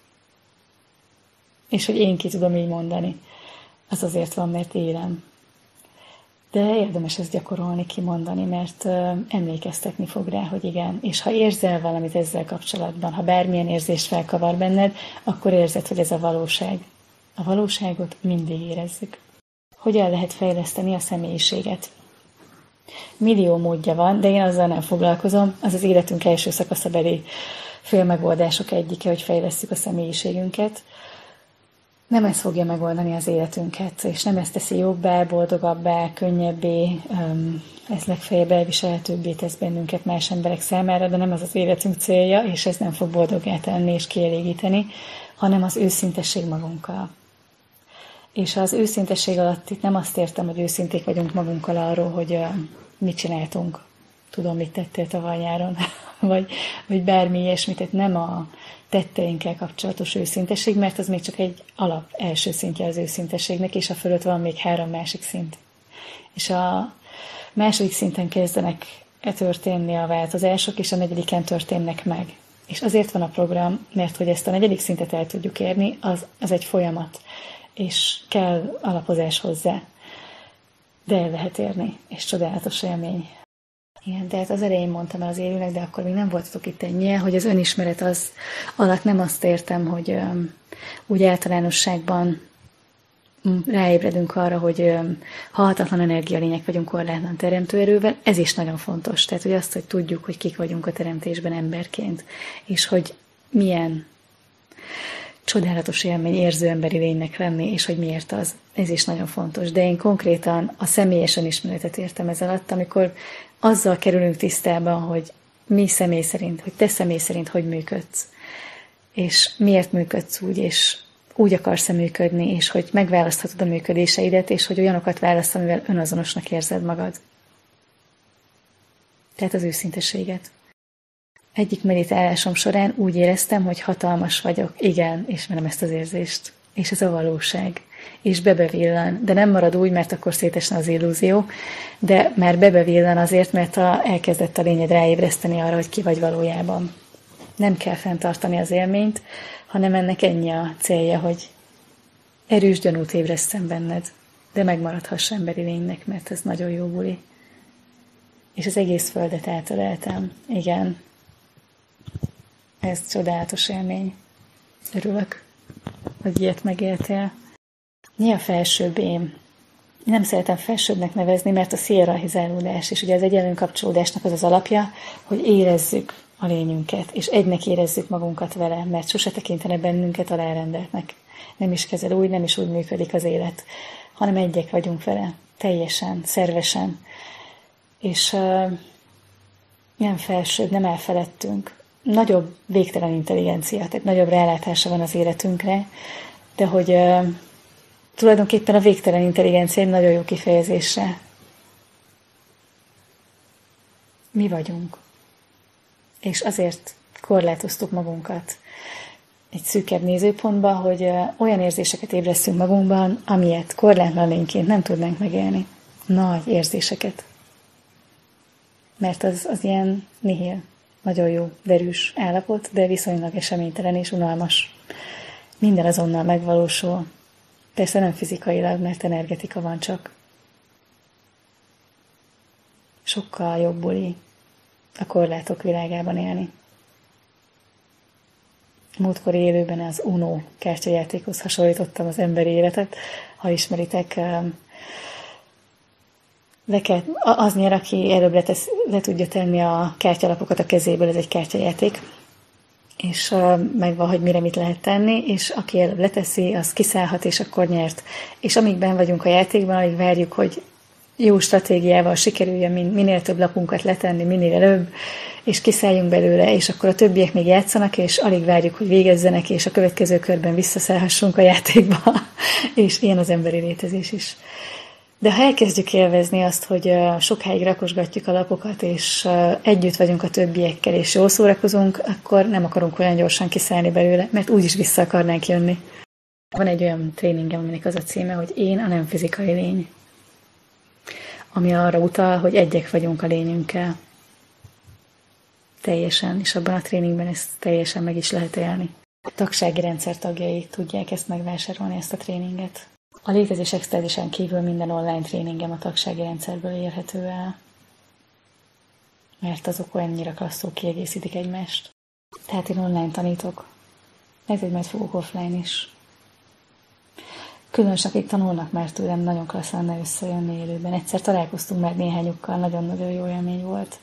És hogy én ki tudom így mondani, az azért van, mert élem. De érdemes ezt gyakorolni, kimondani, mert emlékeztetni fog rá, hogy igen. És ha érzel valamit ezzel kapcsolatban, ha bármilyen érzést felkavar benned, akkor érzed, hogy ez a valóság. A valóságot mindig érezzük. Hogyan lehet fejleszteni a személyiséget? Millió módja van, de én azzal nem foglalkozom. Az az életünk első szakaszabeli félmegoldások egyike, hogy fejlesszük a személyiségünket. Nem ez fogja megoldani az életünket, és nem ez teszi jobbá, boldogabbá, könnyebbé, ez legfeljebb elviselhetőbbé tesz bennünket más emberek számára, de nem az az életünk célja, és ez nem fog boldoggá tenni és kielégíteni, hanem az őszintesség magunkkal. És az őszintesség alatt itt nem azt értem, hogy őszinték vagyunk magunkkal arról, hogy mit csináltunk. Tudom, mit tettél tavaly nyáron, vagy, vagy bármi ilyesmit, tehát nem a tetteinkkel kapcsolatos őszintesség, mert az még csak egy alap első szintje az őszintességnek, és a fölött van még három másik szint. És a második szinten kezdenek e történni a változások, és a negyediken történnek meg. És azért van a program, mert hogy ezt a negyedik szintet el tudjuk érni, az, az egy folyamat. és kell alapozás hozzá. De el lehet érni, és csodálatos élmény. Igen, tehát az elején mondtam el az élőnek, de akkor még nem voltatok itt ennyien, hogy az önismeret az alatt nem azt értem, hogy um, úgy általánosságban um, ráébredünk arra, hogy um, halhatatlan energialények vagyunk korlátlan teremtőerővel, ez is nagyon fontos. Tehát, hogy azt, hogy tudjuk, hogy kik vagyunk a teremtésben emberként, és hogy milyen csodálatos élmény érző emberi lénynek lenni, és hogy miért az. Ez is nagyon fontos. De én konkrétan a személyes önismeretet értem ez alatt, amikor azzal kerülünk tisztában, hogy mi személy szerint, hogy te személy szerint hogy működsz, és miért működsz úgy, és úgy akarsz-e működni, és hogy megválaszthatod a működéseidet, és hogy olyanokat választ, amivel önazonosnak érzed magad. Tehát az őszinteséget. Egyik meditálásom során úgy éreztem, hogy hatalmas vagyok. Igen, ismerem ezt az érzést. És ez a valóság. És bebevillan. De nem marad úgy, mert akkor szétesne az illúzió, de már bebevillan azért, mert a, elkezdett a lényed ráébreszteni arra, hogy ki vagy valójában. Nem kell fenntartani az élményt, hanem ennek ennyi a célja, hogy erős gyanút ébresztem benned, de megmaradhass emberi lénynek, mert ez nagyon jó buli. És az egész földet átöleltem. Igen. Ez csodálatos élmény. Örülök, hogy ilyet megéltél. Mi a felsőbb én? Nem szeretem felsőbbnek nevezni, mert a szélrajzálódás, és ugye az egyenlő kapcsolódásnak az az alapja, hogy érezzük a lényünket, és egynek érezzük magunkat vele, mert sose tekintene bennünket alárendeltnek. Nem is kezel úgy, nem is úgy működik az élet, hanem egyek vagyunk vele, teljesen, szervesen. És uh, nem felsőbb, nem elfeledtünk. Nagyobb végtelen intelligencia, tehát nagyobb rálátása van az életünkre, de hogy uh, tulajdonképpen a végtelen intelligencia egy nagyon jó kifejezésre. Mi vagyunk. És azért korlátoztuk magunkat egy szűkebb nézőpontba, hogy uh, olyan érzéseket ébresztünk magunkban, amilyet korlátlan lényként nem tudnánk megélni. Nagy érzéseket. Mert az, az ilyen nihil. Nagyon jó, derűs állapot, de viszonylag eseménytelen és unalmas. Minden azonnal megvalósul. Persze nem fizikailag, mert energetika van csak. Sokkal jobb buli a korlátok világában élni. Múltkor élőben az Uno kártyajátékhoz hasonlítottam az emberi életet. Ha ismeritek, le kell, az nyer, aki előbb letesz, le tudja tenni a kártyalapokat a kezéből, ez egy kártyajáték. És uh, megvan, hogy mire mit lehet tenni, és aki előbb leteszi, az kiszállhat, és akkor nyert. És amíg benn vagyunk a játékban, alig várjuk, hogy jó stratégiával sikerüljön minél több lapunkat letenni, minél előbb, és kiszálljunk belőle, és akkor a többiek még játszanak, és alig várjuk, hogy végezzenek, és a következő körben visszaszállhassunk a játékba. És ilyen az emberi létezés is. De ha elkezdjük élvezni azt, hogy sokáig rakosgatjuk a lapokat, és együtt vagyunk a többiekkel, és jól szórakozunk, akkor nem akarunk olyan gyorsan kiszállni belőle, mert úgyis vissza akarnánk jönni. Van egy olyan tréningem, aminek az a címe, hogy én a nem fizikai lény. Ami arra utal, hogy egyek vagyunk a lényünkkel. Teljesen, és abban a tréningben ezt teljesen meg is lehet élni. A tagsági rendszer tagjai tudják ezt megvásárolni, ezt a tréninget. A létezés extázisen kívül minden online tréningem a tagsági rendszerből érhető el, mert azok olyannyira klasszul kiegészítik egymást. Tehát én online tanítok, lehet, hogy majd fogok offline is. Különösen, akik tanulnak már tőlem, nagyon klassz lenne összejönni élőben. Egyszer találkoztunk már néhányukkal, nagyon-nagyon jó élmény volt.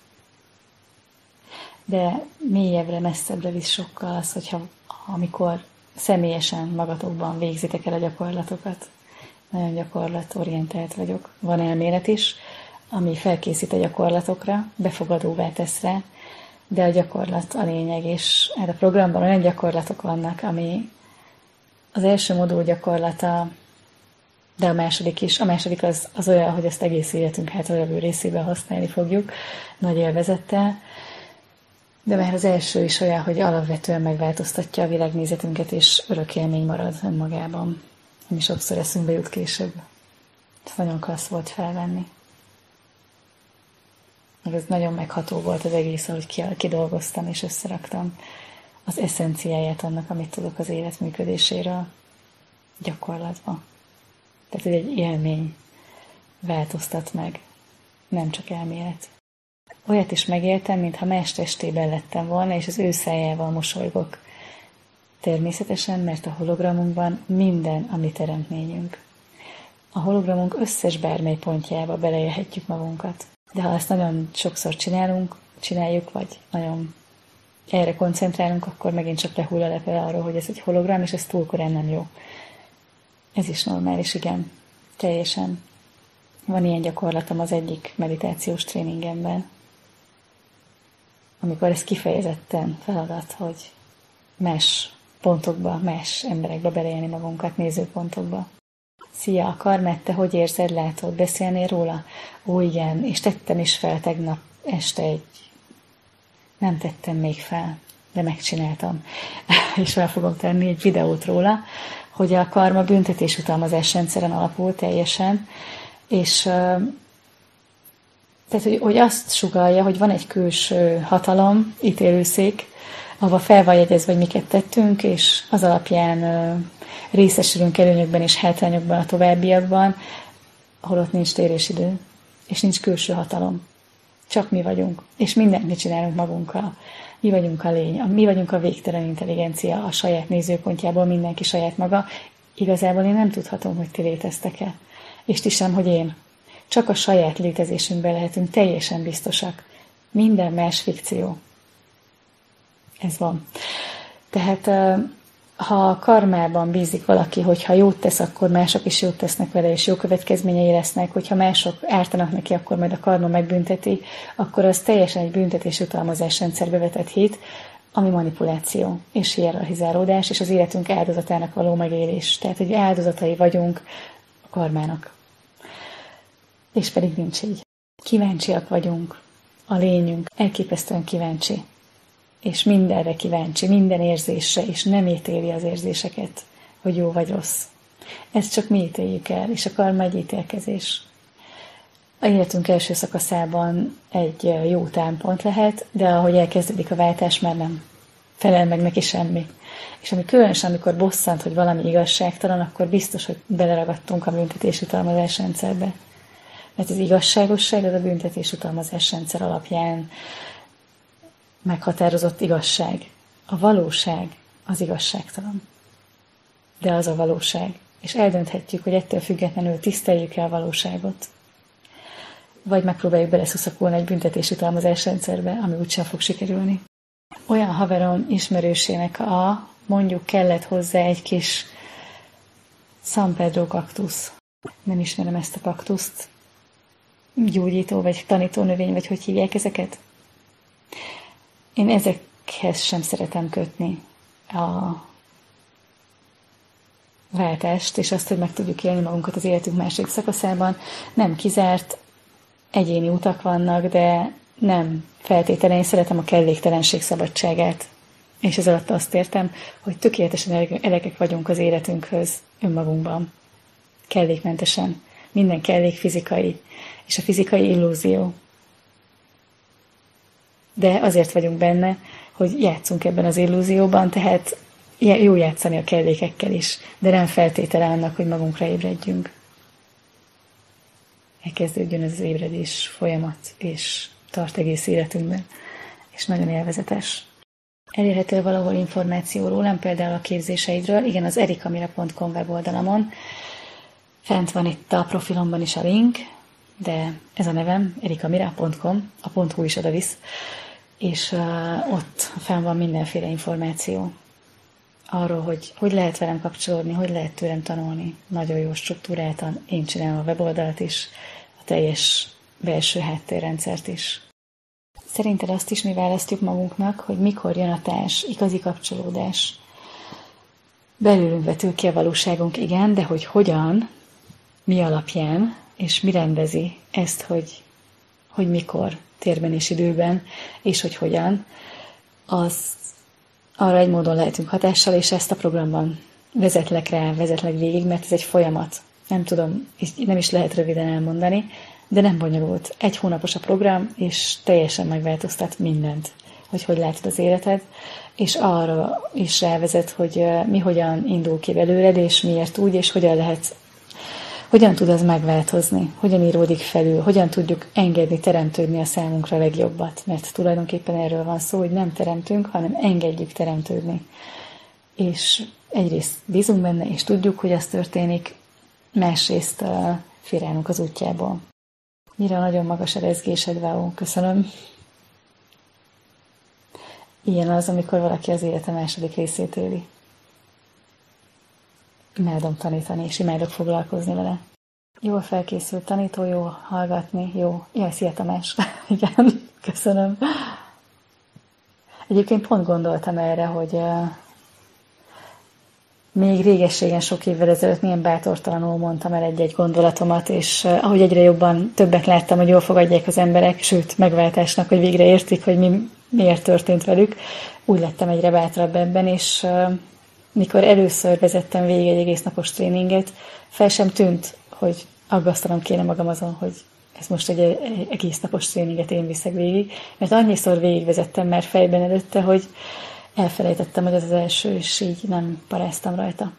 De mélyebbre, messzebbre visz sokkal az, hogyha amikor személyesen magatokban végzitek el a gyakorlatokat. Nagyon gyakorlatorientált vagyok. Van elmélet is, ami felkészít a gyakorlatokra, befogadóvá tesz rá, de a gyakorlat a lényeg, és erre a programban olyan gyakorlatok vannak, ami az első modul gyakorlata, de a második is. A második az, az olyan, hogy ezt egész életünk hátralévő részében használni fogjuk, nagy élvezettel. De már az első is olyan, hogy alapvetően megváltoztatja a világnézetünket, és örök élmény marad önmagában. Ami sokszor eszünkbe jut később. Ez nagyon klassz volt felvenni. Meg ez nagyon megható volt az egész, ahogy kidolgoztam és összeraktam az eszenciáját annak, amit tudok az élet működéséről. gyakorlatba. Tehát, hogy egy élmény változtat meg, nem csak elmélet. Olyat is megéltem, mintha más testében lettem volna, és az ő szájával mosolygok. Természetesen, mert a hologramunkban minden a mi teremtményünk. A hologramunk összes bármely pontjába beleélhetjük magunkat. De ha ezt nagyon sokszor csinálunk, csináljuk, vagy nagyon erre koncentrálunk, akkor megint csak lehull a lepe arról, hogy ez egy hologram, és ez túl korán nem jó. Ez is normális, igen. Teljesen. Van ilyen gyakorlatom az egyik meditációs tréningemben, amikor ez kifejezetten feladat, hogy más pontokba, más emberekbe beleélni magunkat, nézőpontokba. Szia, a karmát, te hogy érzed, látod, beszélnél róla? Ó, igen, és tettem is fel tegnap este egy... Nem tettem még fel, de megcsináltam. És fel fogom tenni egy videót róla, hogy a karma büntetés-utalmazás rendszeren alapul teljesen, és tehát, hogy, hogy azt sugallja, hogy van egy külső hatalom, ítélőszék, ahova fel van jegyezve, hogy miket tettünk, és az alapján részesülünk előnyökben és hátrányokban a továbbiakban, ahol ott nincs térésidő, és nincs külső hatalom. Csak mi vagyunk, és mindent mi csinálunk magunkkal. Mi vagyunk a lény, mi vagyunk a végtelen intelligencia a saját nézőpontjából, mindenki saját maga. Igazából én nem tudhatom, hogy ti léteztek-e, és ti sem, hogy én. Csak a saját létezésünkben lehetünk teljesen biztosak. Minden más fikció. Ez van. Tehát ha a karmában bízik valaki, hogy ha jót tesz, akkor mások is jót tesznek vele, és jó következményei lesznek, hogyha mások ártanak neki, akkor majd a karma megbünteti, akkor az teljesen egy büntetés-utalmazás rendszerbe vetett hit, ami manipuláció és hierarchizálódás, és az életünk áldozatának való megélés. Tehát, hogy áldozatai vagyunk a karmának. És pedig nincs így. Kíváncsiak vagyunk, a lényünk elképesztően kíváncsi. És mindenre kíváncsi, minden érzésre, és nem ítéli az érzéseket, hogy jó vagy rossz. Ezt csak mi ítéljük el, és a karma egy ítélkezés. A életünk első szakaszában egy jó támpont lehet, de ahogy elkezdődik a váltás, már nem felel meg neki semmi. És ami különösen, amikor bosszant, hogy valami igazságtalan, akkor biztos, hogy beleragadtunk a büntetés-utalmazás rendszerbe. Mert az igazságosság az a büntetés-utalmazás rendszer alapján meghatározott igazság. A valóság az igazságtalan. De az a valóság. És eldönthetjük, hogy ettől függetlenül tiszteljük-e a valóságot. Vagy megpróbáljuk beleszuszakulni egy büntetés-utalmazás rendszerbe, ami úgysem fog sikerülni. Olyan haverom ismerősének a, mondjuk kellett hozzá egy kis San Pedro kaktusz. Nem ismerem ezt a kaktuszt. Gyógyító, vagy tanító növény, vagy hogy hívják ezeket? Én ezekhez sem szeretem kötni a váltást, és azt, hogy meg tudjuk élni magunkat az életünk második szakaszában. Nem kizárt, egyéni utak vannak, de nem feltétlenül. Én szeretem a kelléktelenség szabadságát. És ez alatt azt értem, hogy tökéletesen elegek vagyunk az életünkhöz önmagunkban. Kellékmentesen. Minden kellék fizikai, és a fizikai illúzió. De azért vagyunk benne, hogy játszunk ebben az illúzióban, tehát jó játszani a kellékekkel is, de nem feltétele annak, hogy magunkra ébredjünk. Elkezdődjön ez az ébredés folyamat, és tart egész életünkben, és nagyon élvezetes. Elérhető valahol információ rólam, például a képzéseidről, igen, az erikamira pont com weboldalamon. Fent van itt a profilomban is a link, de ez a nevem, erikamira pont com, a .hu is oda-visz, és uh, ott fenn van mindenféle információ arról, hogy hogy lehet velem kapcsolódni, hogy lehet tőlem tanulni. Nagyon jó struktúráltan, én csinálom a weboldalt is, a teljes belső háttérrendszert is. Szerinted azt is mi választjuk magunknak, hogy mikor jön a társ, igazi kapcsolódás. Belülünk vetül ki a valóságunk, igen, de hogy hogyan, mi alapján, és mi rendezi ezt, hogy, hogy mikor, térben és időben, és hogy hogyan, az arra egy módon lehetünk hatással, és ezt a programban vezetlek rá, vezetlek végig, mert ez egy folyamat. Nem tudom, és nem is lehet röviden elmondani, de nem bonyolult. Egy hónapos a program, és teljesen megváltoztat mindent. hogy hogy látod az életed, és arra is rávezet, hogy mi hogyan indul ki belőled, és miért úgy, és hogyan lehet, hogyan tud az megváltozni, hogyan íródik felül, hogyan tudjuk engedni, teremtődni a számunkra a legjobbat. Mert tulajdonképpen erről van szó, hogy nem teremtünk, hanem engedjük teremtődni. És egyrészt bízunk benne, és tudjuk, hogy ez történik, másrészt uh, félreállunk az útjából. Mire nagyon magas a rezgésed, Váó, köszönöm. Ilyen az, amikor valaki az élete második részét éli. Imádom tanítani, és imádok foglalkozni vele. Jól felkészült tanító, jó hallgatni, jó. Jaj, szia Tamás! Igen, köszönöm. Egyébként pont gondoltam erre, hogy uh, még réges-régen, sok évvel ezelőtt milyen bátortalanul mondtam el egy-egy gondolatomat, és uh, ahogy egyre jobban többet láttam, hogy jól fogadják az emberek, sőt, megváltásnak, hogy végre értik, hogy mi, miért történt velük, úgy lettem egyre bátrabb ebben, és uh, mikor először vezettem végig egy egész napos tréninget, fel sem tűnt, hogy aggasztanom kéne magam azon, hogy ez most egy egész napos tréninget én viszek végig, mert annyiszor végigvezettem már fejben előtte, hogy elfelejtettem, hogy ez az első, és így nem paráztam rajta.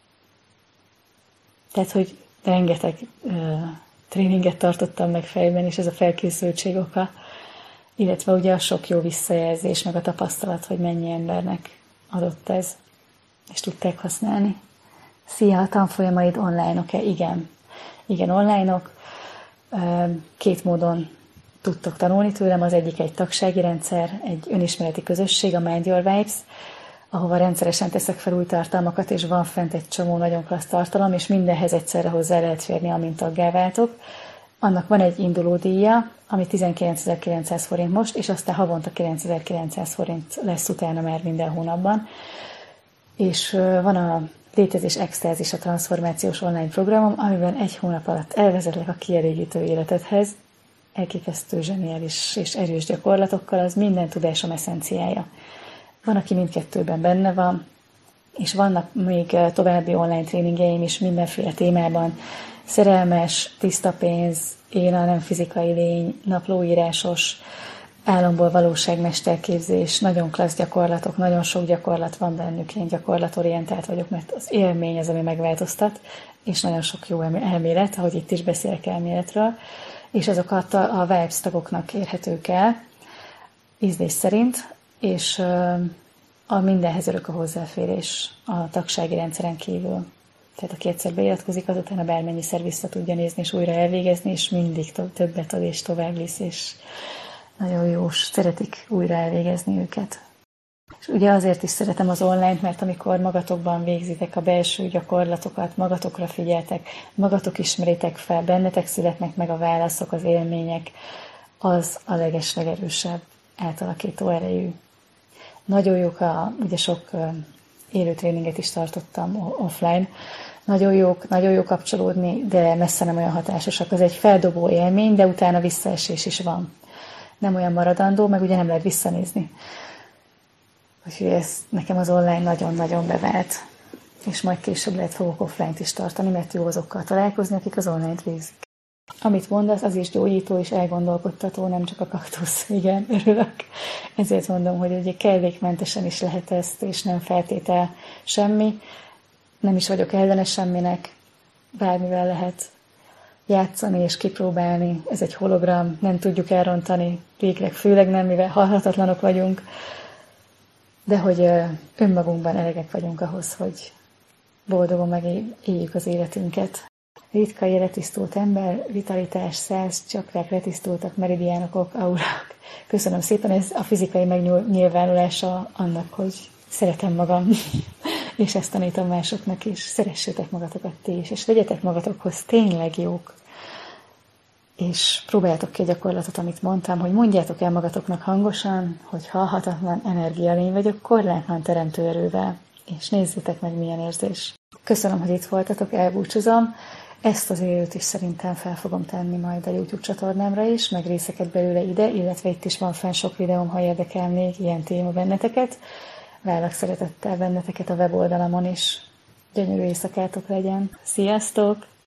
Tehát, hogy rengeteg uh, tréninget tartottam meg fejben, és ez a felkészültség oka, illetve ugye a sok jó visszajelzés, meg a tapasztalat, hogy mennyi embernek adott ez, és tudták használni. Szia, a tanfolyamaid online-ok-e? Igen. Igen, online-ok. Két módon tudtok tanulni tőlem. Az egyik egy tagsági rendszer, egy önismereti közösség, a Mind Your Vibes, ahova rendszeresen teszek fel új tartalmakat, és van fent egy csomó nagyon klassz tartalom, és mindenhez egyszerre hozzá lehet férni, amint taggá váltok. Annak van egy induló díja, ami tizenkilencezer-kilencszáz forint most, és aztán havonta kilencezer-kilencszáz forint lesz utána már minden hónapban. És van a Létezés Extázis, a transformációs online programom, amiben egy hónap alatt elvezetlek a kielégítő életedhez, elképesztő, zseniális és erős gyakorlatokkal, az minden tudásom eszenciája. Van, aki mindkettőben benne van, és vannak még további online tréningeim is mindenféle témában. Szerelmes, tiszta pénz, én a nem fizikai lény, naplóírásos, álomból valóságmesterképzés, nagyon klassz gyakorlatok, nagyon sok gyakorlat van bennük, én gyakorlatorientált vagyok, mert az élmény az, ami megváltoztat, és nagyon sok jó elmélet, ahogy itt is beszélek elméletről, és azokat a Vibes tagoknak érhetők el, ízlés szerint, és a mindenhez örök a hozzáférés a tagsági rendszeren kívül. Tehát aki egyszer beiratkozik, azután bármennyiszer vissza tudja nézni, és újra elvégezni, és mindig többet ad, és tovább visz, és nagyon jó, szeretik újra elvégezni őket. És ugye azért is szeretem az online-t, mert amikor magatokban végzitek a belső gyakorlatokat, magatokra figyeltek, magatok ismeritek fel, bennetek születnek meg a válaszok, az élmények, az a legeslegerősebb átalakító erejű. Nagyon jók, a, ugye sok élő tréninget is tartottam offline, nagyon jók, nagyon jó kapcsolódni, de messze nem olyan hatásosak. Az egy feldobó élmény, de utána visszaesés is van. Nem olyan maradandó, meg ugye nem lehet visszanézni. Úgyhogy ez nekem az online nagyon-nagyon bevált. És majd később lehet fogok offline-t is tartani, mert jó azokkal találkozni, akik az online-t végzik. Amit mondasz, az is gyógyító és elgondolkodtató, nem csak a kaktusz. Igen, örülök. Ezért mondom, hogy ugye kellékmentesen is lehet ezt, és nem feltétel semmi. Nem is vagyok ellene semminek, bármivel lehet játszani és kipróbálni. Ez egy hologram, nem tudjuk elrontani, végleg főleg nem, mivel halhatatlanok vagyunk, de hogy önmagunkban elegek vagyunk ahhoz, hogy boldogan megéljük az életünket. Ritka életisztult ember, vitalitás, száz, csakrák letisztultak, meridiánok, aurák. Köszönöm szépen, ez a fizikai megnyilvánulása annak, hogy szeretem magam, és ezt tanítom másoknak is. Szeressétek magatokat ti is, és legyetek magatokhoz tényleg jók. És próbáljátok ki a gyakorlatot, amit mondtam, hogy mondjátok el magatoknak hangosan, hogy halhatatlan energialény vagyok, korlátlan teremtő erővel. És nézzétek meg, milyen érzés. Köszönöm, hogy itt voltatok, elbúcsúzom. Ezt az élőt is szerintem fel fogom tenni majd a YouTube csatornámra is, meg részeket belőle ide, illetve itt is van fenn sok videóm, ha érdekel még ilyen téma benneteket. Várlak szeretettel benneteket a weboldalamon is. Gyönyörű éjszakátok legyen. Sziasztok!